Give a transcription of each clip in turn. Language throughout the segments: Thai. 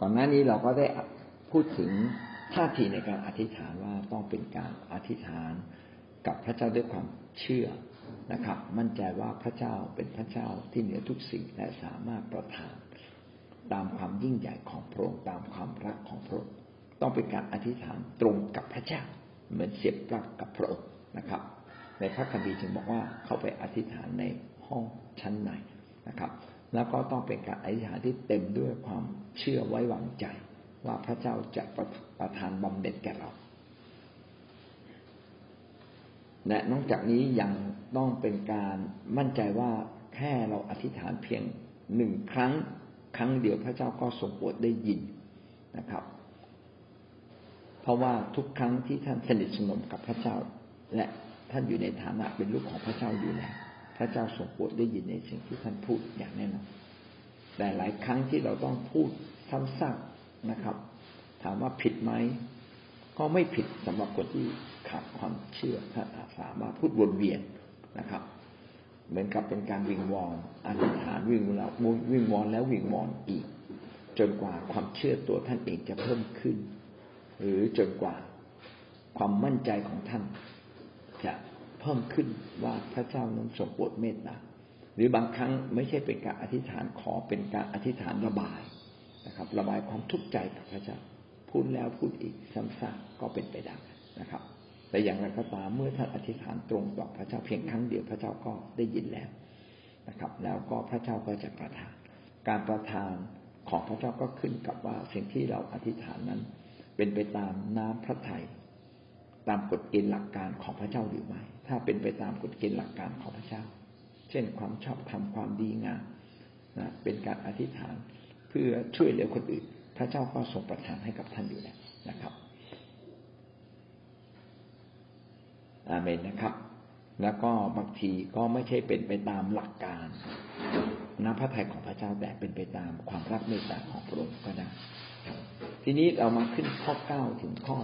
อนหน้านี้เราก็ได้พูดถึงท่าทีในการอธิษฐานว่าต้องเป็นการอธิษฐานกับพระเจ้าด้วยความเชื่อนะครับมั่นใจว่าพระเจ้าเป็นพระเจ้าที่เหนือทุกสิ่งและสามารถประทานตามความยิ่งใหญ่ของพระองค์ตามความรักของพระองค์ต้องเป็นการอธิษฐานตรงกับพระเจ้าเหมือนเสียบปลั๊กกับพระองค์นะครับในพระคัมภีร์จึงบอกว่าเข้าไปอธิษฐานในห้องชั้นในนะครับแล้วก็ต้องเป็นการอธิษฐานที่เต็มด้วยความเชื่อไว้วางใจว่าพระเจ้าจะประทานบำเหน็จแก่เราและนอกจากนี้ยังต้องเป็นการมั่นใจว่าแค่เราอธิษฐานเพียง1 ครั้งเดียวพระเจ้าก็ทรงโปรดได้ยินนะครับเพราะว่าทุกครั้งที่ท่านสนิทสนมกับพระเจ้าและท่านอยู่ในฐานะเป็นลูกของพระเจ้าอยู่แล้วพระเจ้าทรงโปรดได้ยินในสิ่งที่ท่านพูดอย่างแน่นอนแต่หลายครั้งที่เราต้องพูดซ้ำซากนะครับถามว่าผิดไหมก็ไม่ผิดสำหรับคนที่ขาดความเชื่อถ้าสามารถพูดวนเวียนนะครับเหมือนกับเป็นการวิงวอนอธิษฐานวิงวอนแล้ววิงวอนอีกจนกว่าความเชื่อตัวท่านเองจะเพิ่มขึ้นหรือจนกว่าความมั่นใจของท่านจะเพิ่มขึ้นว่าพระเจ้านั้นทรงโปรดเมตตาหรือบางครั้งไม่ใช่เป็นการอธิษฐานขอเป็นการอธิษฐานระบายนะครับระบายความทุกข์ใจกับพระเจ้าพูดแล้วพูดอีกซ้ำๆก็เป็นไปได้นะครับแต่อย่างไรก็ตามเมื่อท่านอธิษฐานตรงต่อพระเจ้าเพียงครั้งเดียวพระเจ้าก็ได้ยินแล้วนะครับแล้วก็พระเจ้าก็จะประทานการประทานของพระเจ้าก็ขึ้นกับว่าสิ่งที่เราอธิษฐานนั้นเป็นไปตามน้ำพระทัยตามกฎเกณฑ์หลักการของพระเจ้าหรือไม่ถ้าเป็นไปตามกฎเกณฑ์หลักการของพระเจ้าเช่นความชอบธรรมความดีงามนะเป็นการอธิษฐานเพื่อช่วยเหลือคนอื่นพระเจ้าก็ทรงประทานให้กับท่านอยู่แล้วนะครับอาเมนนะครับแล้วก็บางทีก็ไม่ใช่เป็นไปตามหลักการน้ำพระทัยของพระเจ้าแต่เป็นไปตามความรักเมตตาของพระองค์ก็ได้ทีนี้เรามาขึ้นข้อ9ถึงข้อ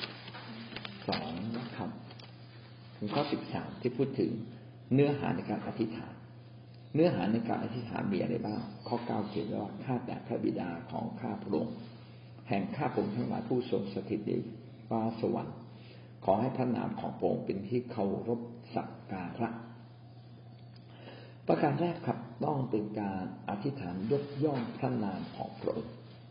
12นะครับถึงข้อ13ที่พูดถึงเนื้อหาในการอธิษฐานเนื้อหาในการอธิษฐานมีอะไรบ้างข้อ9เขียนว่าข้าแต่พระบิดาของข้าพระองค์แห่งข้าพระองค์ทั้งหลายผู้ทรงสถิตในฟ้าสวรรค์ขอให้พระนามของพระองค์เป็นที่เคารพสักการะประการแรกครับต้องเป็นการอธิษฐานยกย่องพระนามของพระองค์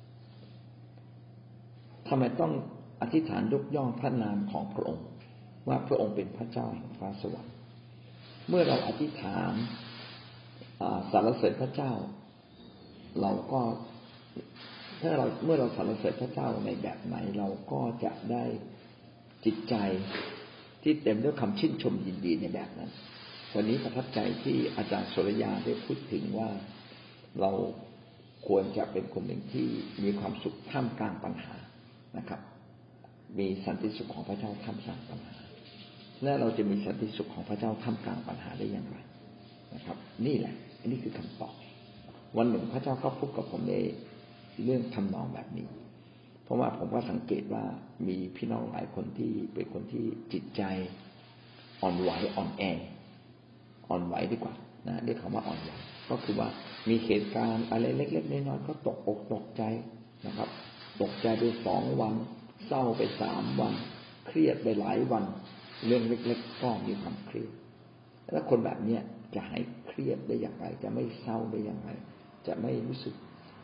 ทำไมต้องอธิษฐานยกย่องพระนามของพระองค์ว่าพระองค์เป็นพระเจ้าแห่งฟ้าสวรรค์เมื่อเราอธิษฐานสรรเสริญพระเจ้าเราก็เมื่อเราสรรเสริญพระเจ้าในแบบไหนเราก็จะได้จิตใจที่เต็มด้วยคำชื่นชมยินดีในแบบนั้นวันนี้ประทับใจที่อาจารย์สุรยาได้พูดถึงว่าเราควรจะเป็นคนหนึ่งที่มีความสุขท่ามกลางปัญหานะครับมีสันติสุขของพระเจ้าท่ามกลางปัญหาและเราจะมีสันติสุขของพระเจ้าท่ามกลางปัญหาได้อย่างไรนะครับนี่แหละอันนี้คือคำตอบวันหนึ่งพระเจ้าก็พูดกับผมในเรื่องทำนองแบบนี้เพราะว่าผมก็สังเกตว่ามีพี่น้องหลายคนที่เป็นคนที่จิตใจอ่อนไหวอ่อนไหวดีกว่านะเรียกคำว่าอ่อนไหวก็คือว่ามีเหตุการณ์อะไรเล็กๆน้อยๆก็ตกอกตกใจนะครับตกใจไป2 วันเศร้าไป3 วันเครียดไปหลายวันเรื่องเล็กๆก็มีความเครียดแล้วคนแบบนี้จะหายเครียดได้อย่างไรจะไม่เศร้าได้อย่างไรจะไม่รู้สึก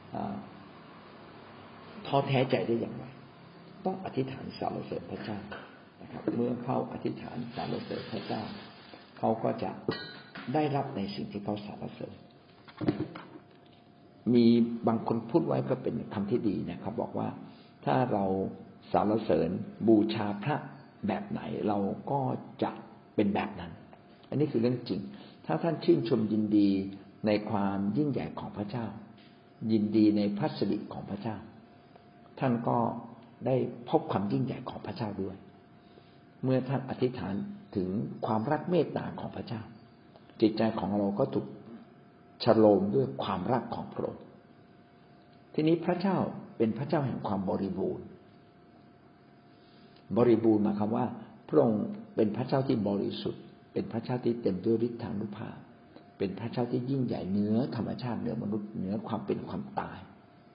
ท้อแท้ใจได้อย่างไรต้องอธิษฐานสรรเสริญพระเจ้านะครับเมื่อเขาอธิษฐานสรรเสริญพระเจ้าเขาก็จะได้รับในสิ่งที่เขาสรรเสริญมีบางคนพูดไว้ก็เป็นคำที่ดีนะครับบอกว่าถ้าเราสรรเสริญบูชาพระแบบไหนเราก็จะเป็นแบบนั้นอันนี้คือเรื่องจริงถ้าท่านชื่นชมยินดีในความยิ่งใหญ่ของพระเจ้ายินดีในพระสิริของพระเจ้าท่านก็ได้พบความยิ่งใหญ่ของพระเจ้าด้วยเมื่อท่านอธิษฐานถึงความรักเมตตาของพระเจ้าจิตใจของเราก็ถูกฉโลมด้วยความรักของพระองค์ทีนี้พระเจ้าเป็นพระเจ้าแห่งความบริบูรณ์หมายความว่าพระองค์เป็นพระเจ้าที่บริสุทธิ์เป็นพระเจ้าที่เต็มด้วยฤทธานุภาพเป็นพระเจ้าที่ยิ่งใหญ่เหนือธรรมชาติเหนือมนุษย์เหนือความเป็นความตาย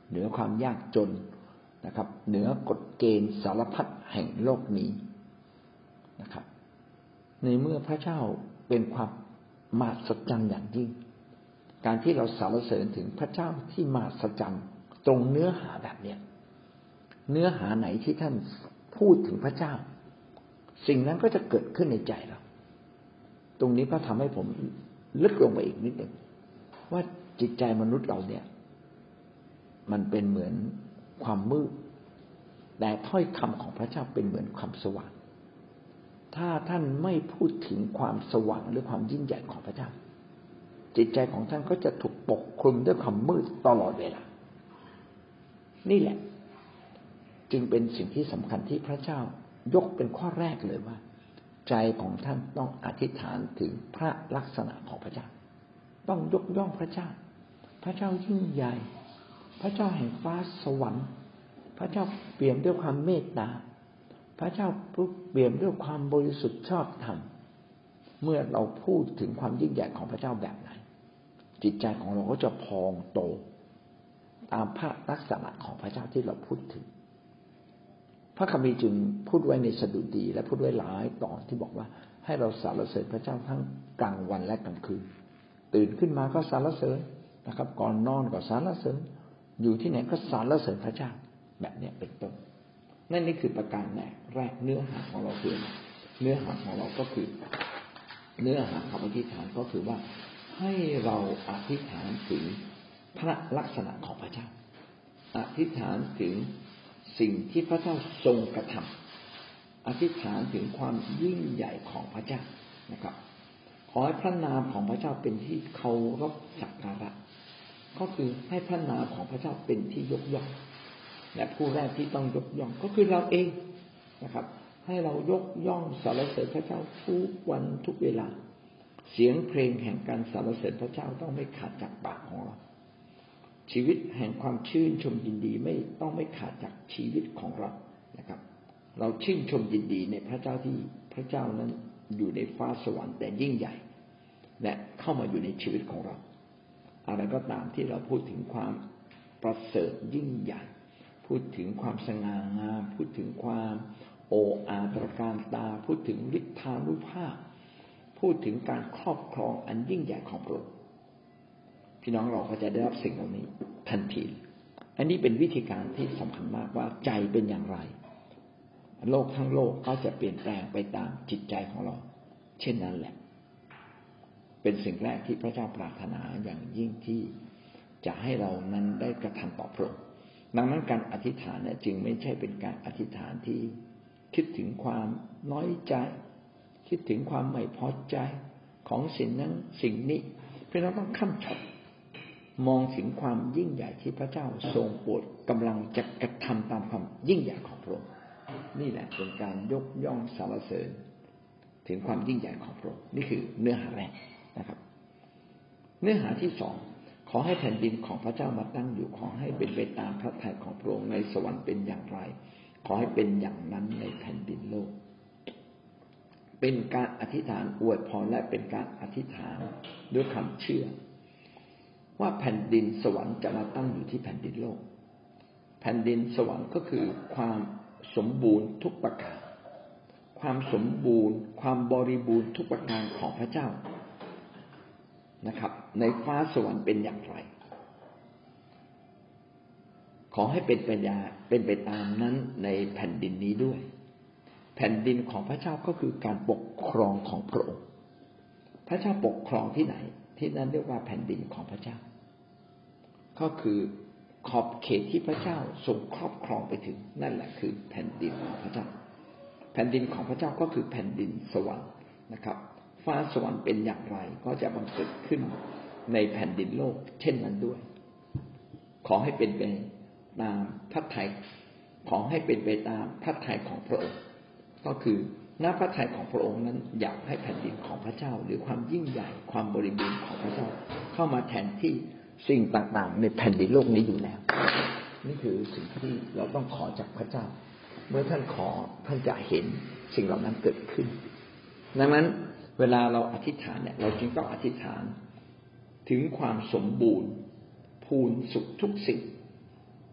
เหนือความยากจนนะครับเหนือกฎเกณฑ์สารพัดแห่งโลกนี้นะครับในเมื่อพระเจ้าเป็นความมหัศจรรย์อย่างยิ่งการที่เราสรรเสริญถึงพระเจ้าที่มหัศจรรย์ตรงเนื้อหาแบบนี้เนื้อหาไหนที่ท่านพูดถึงพระเจ้าสิ่งนั้นก็จะเกิดขึ้นในใจเราตรงนี้ก็ทำให้ผมลึกลงไปอีกนิดหนึ่งว่าจิตใจมนุษย์เราเนี่ยมันเป็นเหมือนความมืดแต่ถ้อยคำของพระเจ้าเป็นเหมือนความสว่างถ้าท่านไม่พูดถึงความสว่างหรือความยิ่งใหญ่ของพระเจ้าจิตใจของท่านก็จะถูกปกคลุมด้วยความมืดตลอดเวลานี่แหละจึงเป็นสิ่งที่สำคัญที่พระเจ้ายกเป็นข้อแรกเลยว่าใจของท่านต้องอธิษฐานถึงพระลักษณะของพระเจ้าต้องยกย่องพระเจ้าพระเจ้ายิ่งใหญ่พระเจ้าแห่งฟ้าสวรรค์พระเจ้าเปี่ยมด้วยความเมตตาพระเจ้าเปี่ยมด้วยความบริสุทธิ์ชอบธรรมเมื่อเราพูดถึงความยิ่งใหญ่ของพระเจ้าแบบไหนจิตใจของเราก็จะพองโตตามพระลักษณะของพระเจ้าที่เราพูดถึงพระคัมภีร์จึงพูดไว้ในสดุดีและพูดไว้หลายตอนที่บอกว่าให้เราสรรเสริญพระเจ้าทั้งกลางวันและกลางคืนตื่นขึ้นมาก็สรรเสริญนะครับก่อนนอนก็สรรเสริญอยู่ที่ไหนก็สรรเสริญพระเจ้าแบบนี้เป็นต้นนี่คือประการแรกเนื้อหาของเราคือเนื้อหาของเราก็คือเนื้อหาคำอธิษฐานก็คือว่าให้เราอธิษฐานถึงพระลักษณะของพระเจ้าอธิษฐานถึงสิ่งที่พระเจ้าทรงกระทำอธิษฐานถึงความยิ่งใหญ่ของพระเจ้านะครับขอให้พระนามของพระเจ้าเป็นที่เคารพสักการะก็คือให้พระนามของพระเจ้าเป็นที่ยกย่องและผู้แรกที่ต้องยกย่องก็คือเราเองนะครับให้เรายกย่องสรรเสริญพระเจ้าทุกวันทุกเวลาเสียงเพลงแห่งการสรรเสริญพระเจ้าต้องไม่ขาดจากปากของเราชีวิตแห่งความชื่นชมยินดีไม่ขาดจากชีวิตของเรานะครับเราชื่นชมยินดีในพระเจ้าที่พระเจ้านั้นอยู่ในฟ้าสวรรค์แต่ยิ่งใหญ่และเข้ามาอยู่ในชีวิตของเราอะไรก็ตามที่เราพูดถึงความประเสริฐยิ่งใหญ่พูดถึงความสง่างามพูดถึงความโอ้อาตระการตาพูดถึงฤทธานุภาพพูดถึงการครอบครองอันยิ่งใหญ่ของพระองค์พี่น้องเราก็จะได้รับสิ่งเหล่านี้ทันทีอันนี้เป็นวิธีการที่สำคัญมากว่าใจเป็นอย่างไรโลกทั้งโลกก็จะเปลี่ยนแปลงไปตามจิตใจของเราเช่นนั้นแหละเป็นสิ่งแรกที่พระเจ้าปรารถนาอย่างยิ่งที่จะให้เรานั้นได้กระทำต่อพระองค์ดังนั้นการอธิษฐานเนี่ยจึงไม่ใช่เป็นการอธิษฐานที่คิดถึงความน้อยใจคิดถึงความไม่พอใจของสิ่งนั้นสิ่งนี้เพราะเราต้องค้ำช็อตมองถึงความยิ่งใหญ่ที่พระเจ้าทรงโปรดกำลังจะกระทำตามความยิ่งใหญ่ของพระองค์นี่แหละเป็นการยกย่องสรรเสริญถึงความยิ่งใหญ่ของพระองค์นี่คือเนื้อหาแรกนะครับเนื้อหาที่สองขอให้แผ่นดินของพระเจ้ามาตั้งอยู่ขอให้เป็นไปตามพระทัยของพระองค์ในสวรรค์เป็นอย่างไรขอให้เป็นอย่างนั้นในแผ่นดินโลกเป็นการอธิษฐานอวยพรและเป็นการอธิษฐานด้วยความเชื่อว่าแผ่นดินสวรรค์จะมาตั้งอยู่ที่แผ่นดินโลกแผ่นดินสวรรค์ก็คือความสมบูรณ์ทุกประการความสมบูรณ์ความบริบูรณ์ทุกประการของพระเจ้านะครับในฟ้าสวรรค์เป็นอย่างไรขอให้เป็นไปตามนั้นในแผ่นดินนี้ด้วยแผ่นดินของพระเจ้าก็คือการปกครองของพระองค์พระเจ้าปกครองที่ไหนที่นั่นเรียกว่าแผ่นดินของพระเจ้าก็คือขอบเขตที่พระเจ้าทรงครอบครองไปถึงนั่นแหละคือแผ่นดินของพระเจ้าแผ่นดินของพระเจ้าก็คือแผ่นดินสวรรค์นะครับฟ้าสวรรค์เป็นอย่างไรก็จะบังเกิดขึ้นในแผ่นดินโลกเช่นนั้นด้วยขอให้เป็นไปตามพระทัยขอให้เป็นไปตามพระทัยของพระองค์ก็คือณพระทัยของพระองค์นั้นอยากให้แผ่นดินของพระเจ้าหรือความยิ่งใหญ่ความบริบูรณ์ของพระเจ้าเข้ามาแทนที่สิ่งต่างๆในแผ่นดินโลกนี้อยู่แล้วนี่คือสิ่งที่เราต้องขอจากพระเจ้าเมื่อท่านขอท่านจะเห็นสิ่งเหล่านั้นเกิดขึ้นดังนั้นเวลาเราอธิษฐานเนี่ยเราจึงต้องอธิษฐานถึงความสมบูรณ์พูนสุขทุกสิ่ง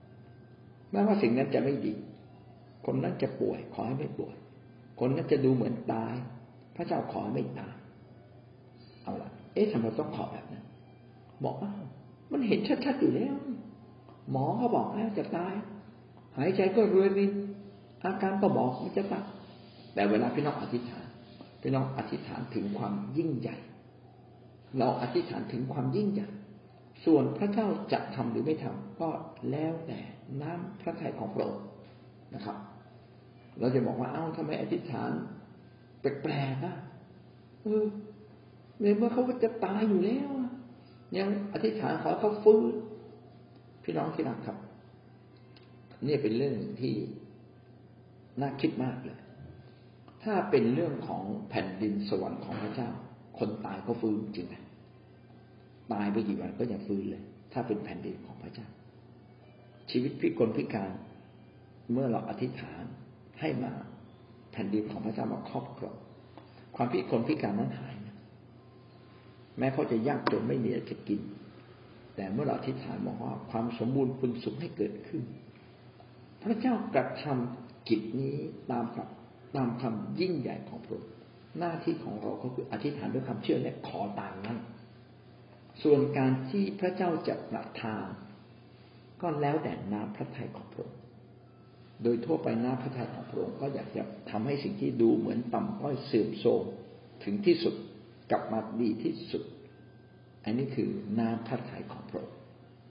แม้ว่าสิ่งนั้นจะไม่ดีคนนั้นจะป่วยขอให้ไม่ป่วยคนนั้นจะดูเหมือนตายพระเจ้าขอให้ไม่ตายเอาล่ะทำไมต้องขอแบบนั้นบอกว่ามันเห็นชัดๆอยู่แล้วหมอเขาบอกแล้วจะตายหายใจก็รวยรินอาการก็บอกมันจะตายแต่เวลาพี่น้องอธิษฐานพี่น้องอธิษฐานถึงความยิ่งใหญ่เราอธิษฐานถึงความยิ่งใหญ่ส่วนพระเจ้าจะทำหรือไม่ทำก็แล้วแต่น้ำพระทัยของพระองค์นะครับเราจะบอกว่าทำไมอธิษฐานแปลกๆอ่ะเมื่อเขาจะตายอยู่แล้วยังอธิษฐานขอเขาฟื้นพี่น้องที่รักครับนี่เป็นเรื่องที่น่าคิดมากเลยถ้าเป็นเรื่องของแผ่นดินสวรรค์ของพระเจ้าคนตายก็ฟื้นจริงไหมตายไปกี่วันก็ยังฟื้นเลยถ้าเป็นแผ่นดินของพระเจ้าชีวิตพิกลพิการเมื่อเราอธิษฐานให้มาแผ่นดินของพระเจ้ามาครอบครองความพิกลพิการนั้นหายนะแม้เขาจะยากจนไม่มีอะไรจะกินแต่เมื่อเราอธิษฐานบอกว่าความสมบูรณ์พูนสุขให้เกิดขึ้นพระเจ้ากระทำกิจนี้ตามคำยิ่งใหญ่ของพระองค์หน้าที่ของเราก็คืออธิษฐานด้วยความเชื่อและขอตามนั้นส่วนการที่พระเจ้าจะประทานก็แล้วแต่น้ำพระทัยของพระองค์โดยทั่วไปน้ำพระทัยของพระองค์ก็อยากจะทำให้สิ่งที่ดูเหมือนต่ำต้อยเสื่อมโทรมถึงที่สุดกลับมาดีที่สุดอันนี้คือน้ำพระทัยของพระองค์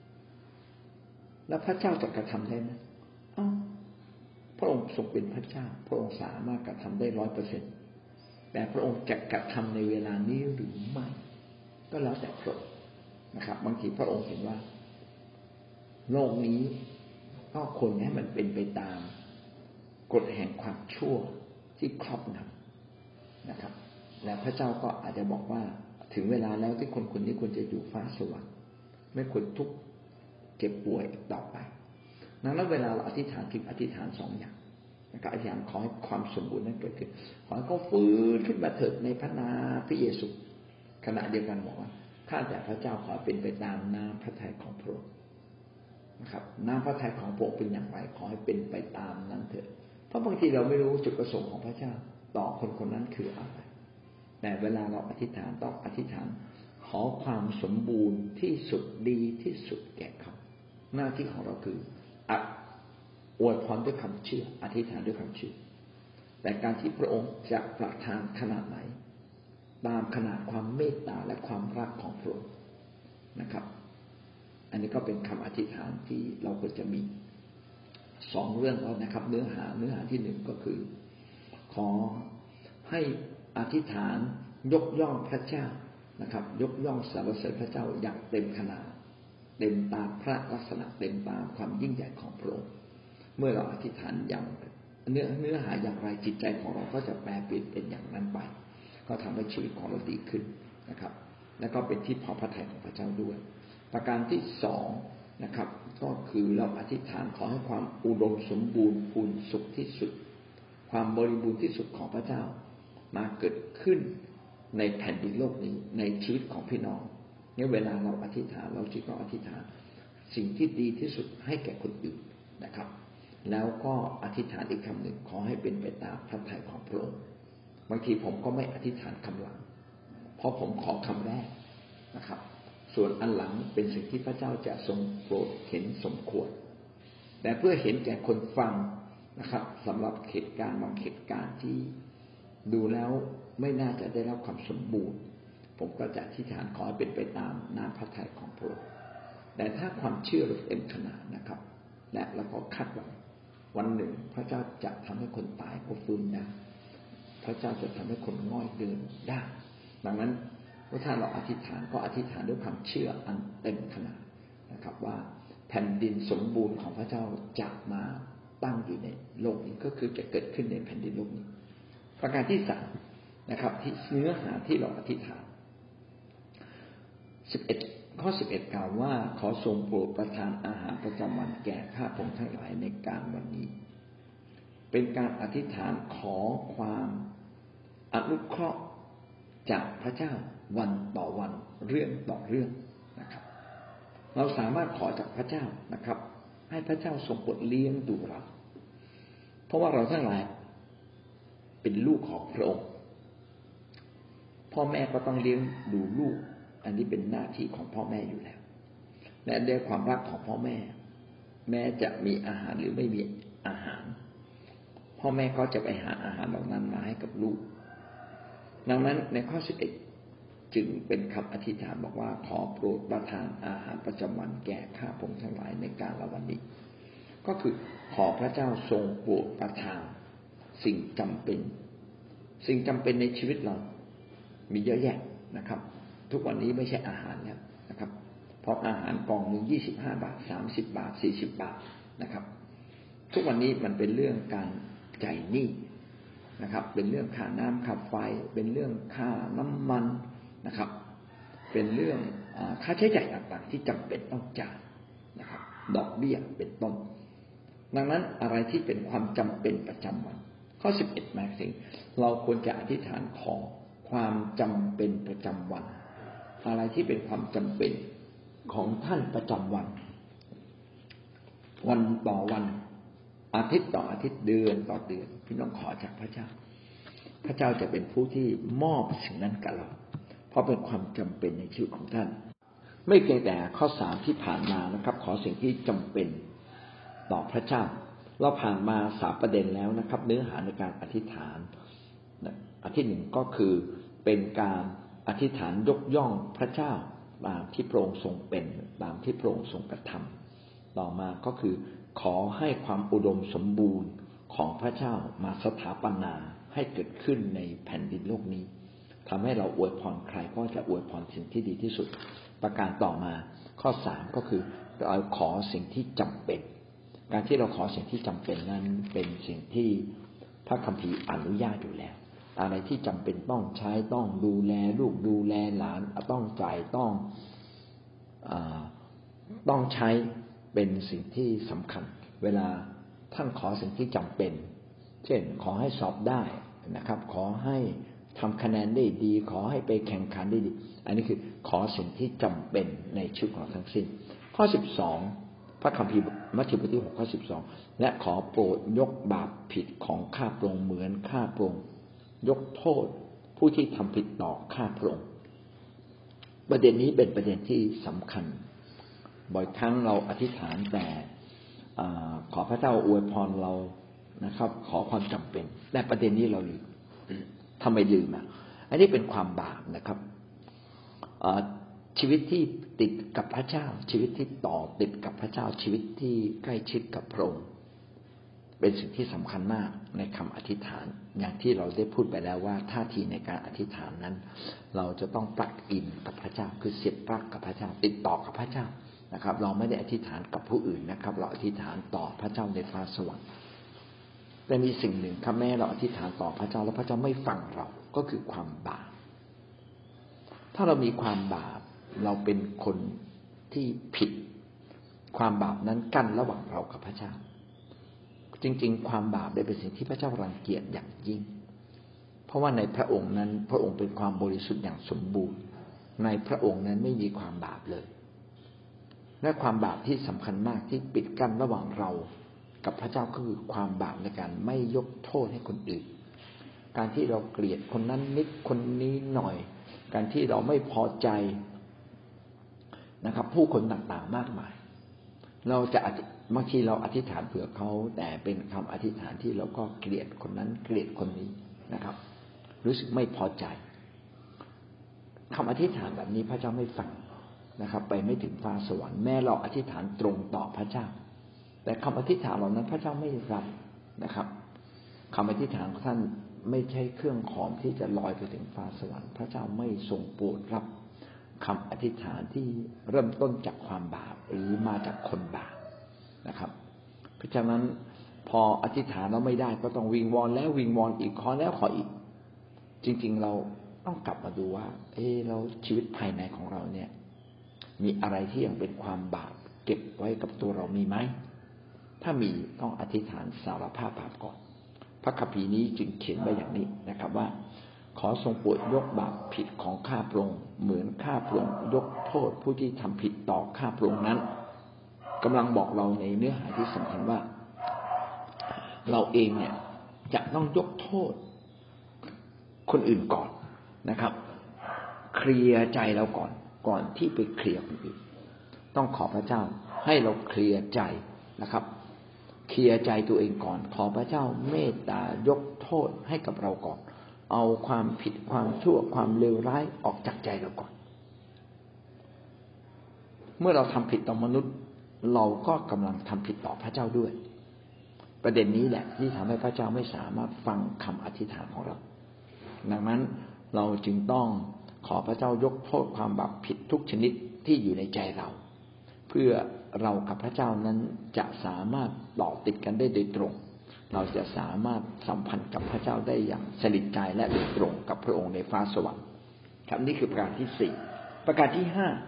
แล้วพระเจ้าจะกระทำได้ไหมพระองค์ทรงเป็นพระเจ้าพระองค์สามารถกระทำได้ 100% แต่พระองค์จะกระทำในเวลานี้หรือไม่ก็แล้วแต่พระองค์นะครับบางทีพระองค์เห็นว่าโลกนี้ก็ควรให้มันเป็นไปตามกฎแห่งความชั่วที่ครอบงำนะครับและพระเจ้าก็อาจจะบอกว่าถึงเวลาแล้วที่คนคนนี้ควรจะอยู่ฟ้าสวรรค์ไม่ควรทุกข์เจ็บป่วยต่อไปนั้นเวลาเราอธิษฐานถึงอธิษฐาน2 อย่างนะครับอธิษฐานขอให้ความสมบูรณ์นั้นเกิดขึ้นขอให้เขาฟื้นขึ้นมาเถิดในพระนามพระเยซูขณะเดียวกันบอกว่าข้าแต่พระเจ้าขอเป็นไปตามน้ำพระทัยของพระองค์นะครับน้ำพระทัยของพระองค์เป็นอย่างไรขอให้เป็นไปตามนั้นเถิดเพราะบางทีเราไม่รู้จุดประสงค์ของพระเจ้าต่อคนคนนั้นคืออะไรแต่เวลาเราอธิษฐานต้องอธิษฐานขอความสมบูรณ์ที่สุดดีที่สุดแก่เขาหน้าที่ของเราคืออวยพรด้วยคำเชื่ออธิษฐานด้วยคำเชื่อแต่การที่พระองค์จะประทานขนาดไหนตามขนาดความเมตตาและความรักของพระองค์นะครับอันนี้ก็เป็นคำอธิษฐานที่เราควรจะมี2 เรื่องแล้วนะครับเนื้อหาที่1ก็คือขอให้อธิษฐานยกย่องพระเจ้านะครับยกย่องสรรเสริญพระเจ้าอย่างเต็มขนาดเต็มตามพระลักษณะเต็มตามความยิ่งใหญ่ของพระองค์เมื่อเราอธิษฐานอย่างเนื้อหาอย่างไรจิตใจของเราก็จะแปลเปลี่ยนเป็นอย่างนั้นไปก็ทำให้ชีวิตของเราดีขึ้นนะครับและก็เป็นที่พอพระทัยของพระเจ้าด้วยประการที่2นะครับก็คือเราอธิษฐานขอให้ความอุดมสมบูรณ์พูนสุขที่สุดความบริบูรณ์ที่สุดของพระเจ้ามาเกิดขึ้นในแผ่นดินโลกนี้ในชีวิตของพี่น้องเนี่ยเวลาเราอธิษฐานเราจึงต้องอธิษฐานสิ่งที่ดีที่สุดให้แก่คนอื่นนะครับแล้วก็อธิษฐานอีกคำหนึ่งขอให้เป็นไปตามพระทัยของพระองค์บางทีผมก็ไม่อธิษฐานคำหลังเพราะผมขอคำแรกนะครับส่วนอันหลังเป็นสิ่งที่พระเจ้าจะทรงโปรดเห็นสมควรแต่เพื่อเห็นแก่คนฟังนะครับสำหรับเหตุการณ์บางเหตุการณ์ที่ดูแล้วไม่น่าจะได้รับความสมบูรณ์ผมก็จะอธิษฐานขอให้เป็นไปตามน้ำพระทัยของพระองค์แต่ถ้าความเชื่อเราเต็มขนาดนะครับและเราก็คาดหวังวันหนึ่งพระเจ้าจะทำให้คนตายก็ฟื้นได้พระเจ้าจะทำให้คนง่อยเดินได้ดังนั้นถ้าเราอธิษฐานก็อธิษฐานด้วยความเชื่ออันเต็มขนาดนะครับว่าแผ่นดินสมบูรณ์ของพระเจ้าจะมาตั้งอยู่ในโลกนี้ก็คือจะเกิดขึ้นในแผ่นดินโลกนี้ประการที่3นะครับที่เนื้อหาที่เราอธิษฐานข้อ 11กล่าวว่าขอทรงโปรดประทานอาหารประจำวันแก่ข้าพงทั้งหลายในการวันนี้เป็นการอธิษฐานขอความอนุเคราะห์จากพระเจ้าวันต่อวันเรื่องต่อเรื่องนะครับเราสามารถขอจากพระเจ้านะครับให้พระเจ้าทรงโปรดเลี้ยงดูเราเพราะว่าเราทั้งหลายเป็นลูกของพระองค์พ่อแม่ก็ต้องเลี้ยงดูลูกอันนี้เป็นหน้าที่ของพ่อแม่อยู่แล้วและด้วยความรักของพ่อแม่แม้จะมีอาหารหรือไม่มีอาหารพ่อแม่ก็จะไปหาอาหารเหล่านั้นมาให้กับลูกดังนั้นในข้อ11จึงเป็นคำอธิษฐานบอกว่าขอโปรดประทานอาหารประจำวันแก่ข้าพงทั้งหลายในกาลวันนี้ก็คือขอพระเจ้าทรงโปรดประทานสิ่งจำเป็นในชีวิตเรามีเยอะแยะนะครับทุกวันนี้ไม่ใช่อาหารแล้วนะครับเพราะอาหารกล่องนึง25 บาท30 บาท40 บาทนะครับทุกวันนี้มันเป็นเรื่องการจ่ายหนี้นะครับเป็นเรื่องค่าน้ำค่าไฟเป็นเรื่องค่าน้ำมันนะครับเป็นเรื่องค่าใช้จ่ายต่างๆที่จำเป็นต้องจ่ายนะครับดอกเบี้ยเป็นต้นดังนั้นอะไรที่เป็นความจำเป็นประจำวันข้อ11หมายถึงเราควรจะอธิษฐานขอความจำเป็นประจำวันอะไรที่เป็นความจำเป็นของท่านประจำวันวันต่อวันอาทิตย์ต่ออาทิตย์เดือนต่อเดือนพี่น้องขอจากพระเจ้าพระเจ้าจะเป็นผู้ที่มอบสิ่งนั้นกับเราเพราะเป็นความจำเป็นในชีวิตของท่านไม่เพียงแต่ข้อ3ที่ผ่านมานะครับขอสิ่งที่จำเป็นต่อพระเจ้าเราผ่านมา3ประเด็นแล้วนะครับเนื้อหาในการอธิษฐานอันที่1ก็คือเป็นการอธิษฐานยกย่องพระเจ้าตามที่พระองค์ทรงเป็นตามที่พระองค์ทรงกระทำต่อมาก็คือขอให้ความอุดมสมบูรณ์ของพระเจ้ามาสถาปนาให้เกิดขึ้นในแผ่นดินโลกนี้ทำให้เราอวยพรใครก็จะอวยพรสิ่งที่ดีที่สุดประการต่อมาข้อ3ก็คือเราขอสิ่งที่จำเป็นการที่เราขอสิ่งที่จำเป็นนั้นเป็นสิ่งที่พระคัมภีร์อนุญาตอยู่แล้วอะไรที่จำเป็นต้องใช้ต้องดูแลลูกดูแลหลานต้องจ่ายต้องใช้เป็นสิ่งที่สำคัญเวลาท่านขอสิ่งที่จำเป็นเช่นขอให้สอบได้นะครับขอให้ทำคะแนนได้ดีขอให้ไปแข่งขันได้ดีอันนี้คือขอสิ่งที่จำเป็นในชีวิตของทั้งสิ้นข้อ12พระคัมภีร์มัทธิวบทที่6ข้อ12และขอโปรดยกบาปผิดของข้าพระองค์เหมือนข้าพระองค์ยกโทษผู้ที่ทำผิดต่อข้าพระองค์ประเด็นนี้เป็นประเด็นที่สำคัญบ่อยครั้งเราอธิษฐานแต่ขอพระเจ้าอวยพรเรานะครับขอความจำเป็นแต่ประเด็นนี้เราลืมทำไมลืมอันนี้เป็นความบาปนะครับชีวิตที่ติดกับพระเจ้าชีวิตที่ต่อติดกับพระเจ้าชีวิตที่ใกล้ชิดกับพระองค์เป็นสิ่งที่สำคัญมากในคำอธิษฐานอย่างที่เราได้พูดไปแล้วว่าท่าทีในการอธิษฐานนั้นเราจะต้องปลักอินกับพระเจ้าคือเสียบปลั๊กกับพระเจ้าติดต่อกับพระเจ้านะครับเราไม่ได้อธิษฐานกับผู้อื่นนะครับเราอธิษฐานต่อพระเจ้าในฟ้าสวรรค์แต่มีสิ่งหนึ่งครับแม้เราอธิษฐานต่อพระเจ้าแล้วพระเจ้าไม่ฟังเราก็คือความบาปถ้าเรามีความบาปเราเป็นคนที่ผิดความบาปนั้นกั้นระหว่างเรากับพระเจ้าจริงๆความบาปได้เป็นสิ่งที่พระเจ้ารังเกียจอย่างยิ่งเพราะว่าในพระองค์นั้นพระองค์เป็นความบริสุทธิ์อย่างสมบูรณ์ในพระองค์นั้นไม่มีความบาปเลยและความบาปที่สำคัญมากที่ปิดกั้นระหว่างเรากับพระเจ้าก็คือความบาปในการไม่ยกโทษให้คนอื่นการที่เราเกลียดคนนั้นนิดคนนี้หน่อยการที่เราไม่พอใจนะครับผู้คนต่างๆมากมายเราจะบางทีเราอธิษฐานเผื่อเขาแต่เป็นคำอธิษฐานที่เราก็เกลียดคนนั้นเกลียดคนนี้นะครับรู้สึกไม่พอใจคำอธิษฐานแบบนี้พระเจ้าไม่ฟังนะครับไปไม่ถึงฟ้าสวรรค์แม้เราอธิษฐานตรงต่อพระเจ้าแต่คำอธิษฐานเหล่านั้นพระเจ้าไม่รับนะครับคำอธิษฐานของท่านไม่ใช่เครื่องหอมที่จะลอยไปถึงฟ้าสวรรค์พระเจ้าไม่ทรงโปรดรับคำอธิษฐานที่เริ่มต้นจากความบาปหรือมาจากคนบาปนะครับเพราะฉะนั้นพออธิษฐานแล้วไม่ได้ก็ต้องวิงวอนแล้ววิงวอนอีกขอแล้วขออีกจริงๆเราต้องกลับมาดูว่าเราชีวิตภายในของเราเนี่ยมีอะไรที่ยังเป็นความบาปเก็บไว้กับตัวเรามีไหมถ้ามีต้องอธิษฐานสารภาพบาปก่อนพระคัมภีร์นี้จึงเขียนไว้อย่างนี้นะครับว่าขอทรงโปรดยกบาปผิดของข้าพระองค์เหมือนข้าพระองค์ยกโทษผู้ที่ทำผิดต่อข้าพระองค์นั้นกำลังบอกเราในเนื้อหาที่สำคัญว่าเราเองเนี่ยจะต้องยกโทษคนอื่นก่อนนะครับเคลียร์ใจเราก่อนที่ไปเคลียร์คนอื่นต้องขอพระเจ้าให้เราเคลียร์ใจนะครับเคลียร์ใจตัวเองก่อนขอพระเจ้าเมตตายกโทษให้กับเราก่อนเอาความผิดความชั่วความเลวร้ายออกจากใจเราก่อนเมื่อเราทำผิดต่อมนุษย์เราก็กำลังทำผิดต่อพระเจ้าด้วยประเด็นนี้แหละที่ทำให้พระเจ้าไม่สามารถฟังคำอธิษฐานของเราดังนั้นเราจึงต้องขอพระเจ้ายกโทษความบาปผิดทุกชนิดที่อยู่ในใจเราเพื่อเรากับพระเจ้านั้นจะสามารถต่อติดกันได้โดยตรงเราจะสามารถสัมพันธ์กับพระเจ้าได้อย่างสนิทใจและโดยตรงกับพระองค์ในฟ้าสวรรค์ครับนี่คือประการที่ 4ประการที่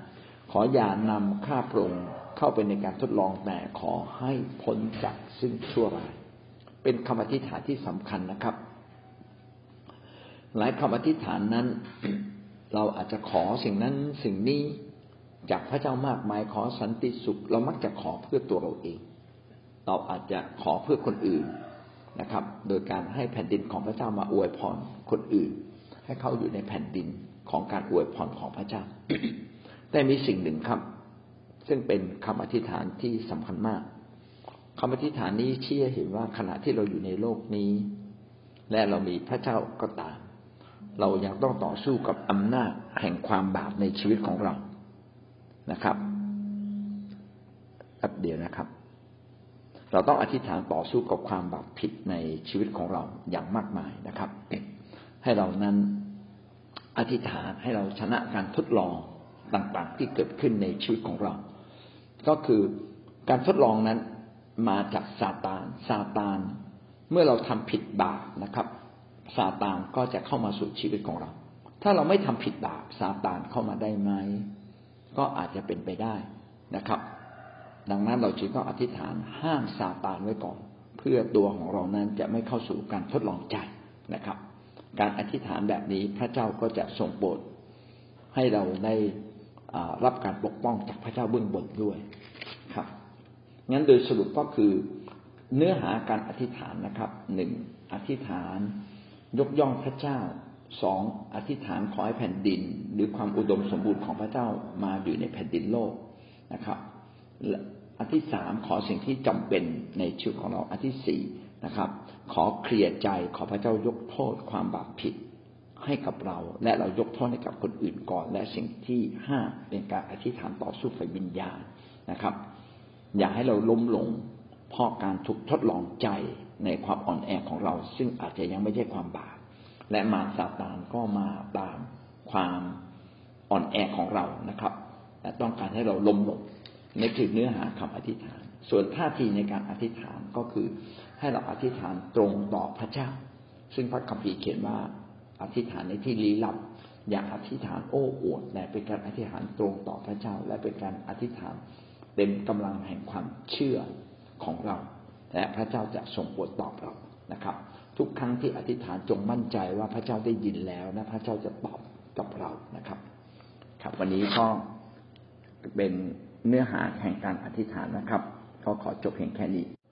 5ขออย่านำข้าพระองค์เข้าไปในการทดลองแต่ขอให้พ้นจากซึ่งชั่วร้ายเป็นคำอธิษฐานที่สำคัญนะครับหลายคำอธิษฐานนั้น เราอาจจะขอสิ่งนั้นสิ่งนี้จากพระเจ้ามากมายขอสันติสุขเรามักจะขอเพื่อตัวเราเองเราอาจจะขอเพื่อคนอื่นนะครับโดยการให้แผ่นดินของพระเจ้ามาอวยพรคนอื่นให้เขาอยู่ในแผ่นดินของการอวยพรของพระเจ้า แต่มีสิ่งหนึ่งครับซึ่งเป็นคำอธิษฐานที่สำคัญมากคำอธิษฐานนี้ชี้ให้เห็นว่าขณะที่เราอยู่ในโลกนี้และเรามีพระเจ้าก็ตามเรายังต้องต่อสู้กับอำนาจแห่งความบาปในชีวิตของเรานะครับแป๊บเดียวนะครับเราต้องอธิษฐานต่อสู้กับความบาปผิดในชีวิตของเราอย่างมากมายนะครับให้เรานั้นอธิษฐานให้เราชนะการทดลองต่างๆที่เกิดขึ้นในชีวิตของเราก็คือการทดลองนั้นมาจากซาตานเมื่อเราทำผิดบาปนะครับซาตานก็จะเข้ามาสู่ชีวิตของเราถ้าเราไม่ทำผิดบาปซาตานเข้ามาได้ไหมก็อาจจะเป็นไปได้นะครับดังนั้นเราจึงต้องอธิษฐานห้ามซาตานไว้ก่อนเพื่อตัวของเรานั้นจะไม่เข้าสู่การทดลองใจนะครับการอธิษฐานแบบนี้พระเจ้าก็จะทรงโปรดให้เราได้รับการปกป้องจากพระเจ้าเบื้องบนด้วยครับงั้นโดยสรุปก็คือเนื้อหาการอธิษฐานนะครับ 1. อธิษฐานยกย่องพระเจ้า 2. อธิษฐานขอให้แผ่นดินหรือความอุดมสมบูรณ์ของพระเจ้ามาอยู่ในแผ่นดินโลกนะครับอันที่ 3ขอสิ่งที่จำเป็นในชีวิตของเราอันที่ 4นะครับขอเคลียร์ใจขอพระเจ้ายกโทษความบาปผิดให้กับเราและเรายกโทษให้กับคนอื่นก่อนและสิ่งที่ 5เป็นการอธิษฐานต่อสู้ฝ่ายวิญญาณนะครับอย่าให้เราล้มลงเพราะการถูกทดลองใจในความอ่อนแอของเราซึ่งอาจจะยังไม่ใช่ความบาปและมารซาตานก็มาตามความอ่อนแอของเรานะครับและต้องการให้เราล้มลงนี่คือเนื้อหาคำอธิษฐานส่วนท่าทีในการอธิษฐานก็คือให้เราอธิษฐานตรงต่อพระเจ้าซึ่งพระคัมภีร์เขียนว่าอธิษฐานในที่ลี้ลับอย่าอธิษฐานโอ้อวดแต่เป็นการอธิษฐานตรงต่อพระเจ้าและเป็นการอธิษฐานเต็มกำลังแห่งความเชื่อของเราและพระเจ้าจะทรงโปรดตอบเรานะครับทุกครั้งที่อธิษฐานจงมั่นใจว่าพระเจ้าได้ยินแล้วนะพระเจ้าจะตอบกับเรานะครับครับวันนี้ก็เป็นเนื้อหาแห่งการอธิษฐานนะครับก็ขอจบเพียงแค่นี้